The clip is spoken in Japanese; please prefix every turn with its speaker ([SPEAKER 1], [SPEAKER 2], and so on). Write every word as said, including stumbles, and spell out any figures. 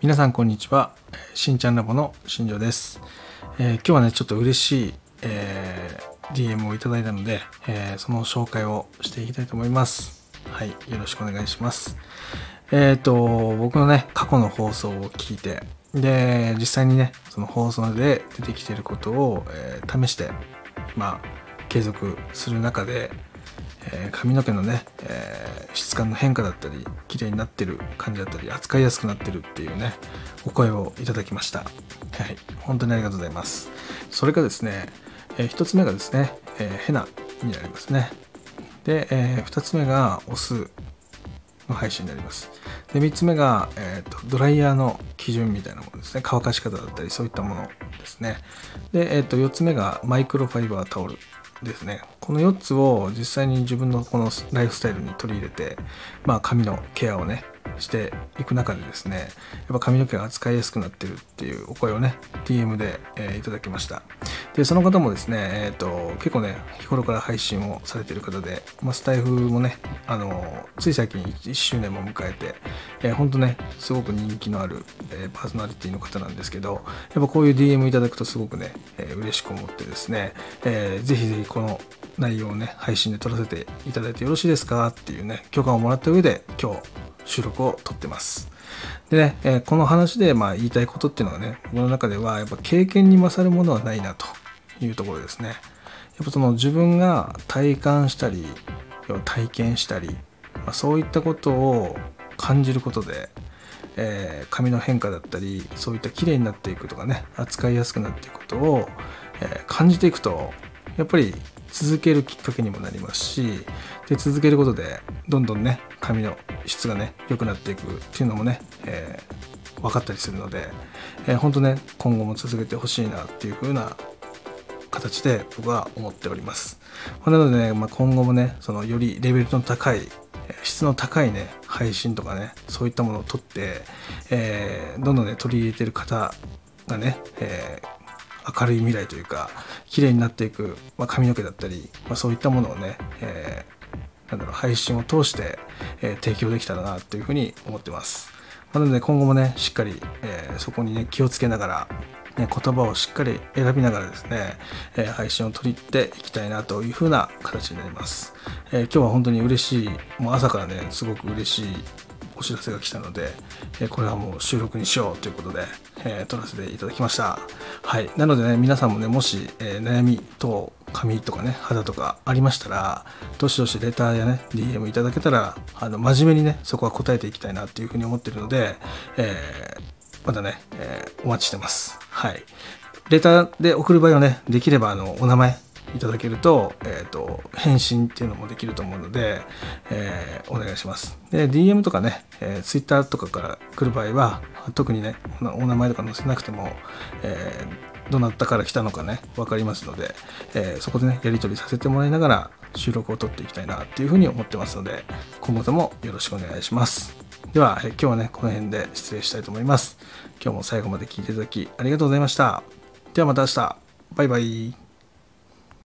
[SPEAKER 1] 皆さんこんにちは。しんちゃんラボの新庄です。えー、今日はねちょっと嬉しい、えー、ディーエム をいただいたので、えー、その紹介をしていきたいと思います。はい、よろしくお願いします。えっ、ー、と僕のね過去の放送を聞いて、で実際にねその放送で出てきていることを、えー、試して今継続する中で、えー、髪の毛のね、えー、質感の変化だったり綺麗になってる感じだったり扱いやすくなってるっていうねお声をいただきました。はい、本当にありがとうございます。それがですね、えー、ひとつめがですね、えー、ヘナになりますね。で、えー、ふたつめがオスの配信になります。でみっつめが、えーと、ドライヤーの基準みたいなものですね。乾かし方だったりそういったものですね。で、えーと、よっつめがマイクロファイバータオルですね。このよっつを実際に自分のこのライフスタイルに取り入れて、まあ、髪のケアをねしていく中でですね、やっぱ髪の毛が扱いやすくなってるっていうお声をね ディーエム で、えー、いただきました。でその方もですね、えー、と結構ね日頃から配信をされている方で、まあ、スタイフもねあのつい最近いっしゅうねんも迎えて、えー、本当ねすごく人気のある、えー、パーソナリティの方なんですけど、やっぱこういう ディーエム いただくとすごくね、えー、嬉しく思ってですね、えー、ぜひぜひこの内容をね配信で撮らせていただいてよろしいですかっていうね許可をもらった上で今日収録を撮ってます。でね、えー、この話でまあ言いたいことっていうのはね、僕の中ではやっぱ経験に勝るものはないなというところですね。やっぱその自分が体感したり体験したり、まあ、そういったことを感じることで、えー、髪の変化だったりそういった綺麗になっていくとかね扱いやすくなっていくことを、えー、感じていくとやっぱり続けるきっかけにもなりますし、で続けることでどんどんね髪の質がね良くなっていくっていうのもね、えー、分かったりするので、えー、本当ね今後も続けてほしいなっていう風な形で僕は思っております。なのでね、まあ、今後もねそのよりレベルの高い質の高いね配信とかねそういったものを撮って、えー、どんどんね取り入れてる方がね、えー明るい未来というか綺麗になっていく、まあ、髪の毛だったり、まあ、そういったものをね、えー、なんだろう配信を通して、えー、提供できたらなというふうに思ってます。なので今後もねしっかり、えー、そこにね気をつけながら、ね、言葉をしっかり選びながらですね、えー、配信を取り入っていきたいなというふうな形になります。えー、今日は本当に嬉しい、もう朝からねすごく嬉しいお知らせが来たので、えー、これはもう収録にしようということで、えー、撮らせていただきました。はい、なのでね皆さんもねもし、えー、悩み等髪とかね肌とかありましたらどしどしレターやね ディーエム いただけたらあの真面目にねそこは答えていきたいなっていうふうに思ってるので、えー、またね、えー、お待ちしてます。はい、レターで送る場合はねできればあのお名前いただけると、えーと、返信っていうのもできると思うので、えー、お願いします。で、ディーエム とかね、えー、Twitter とかから来る場合は、特にね、お名前とか載せなくても、えー、どなたから来たのかね、わかりますので、えー、そこでね、やり取りさせてもらいながら収録を撮っていきたいなっていうふうに思ってますので、今後ともよろしくお願いします。では、えー、今日はね、この辺で失礼したいと思います。今日も最後まで聞いていただきありがとうございました。ではまた明日。バイバイ。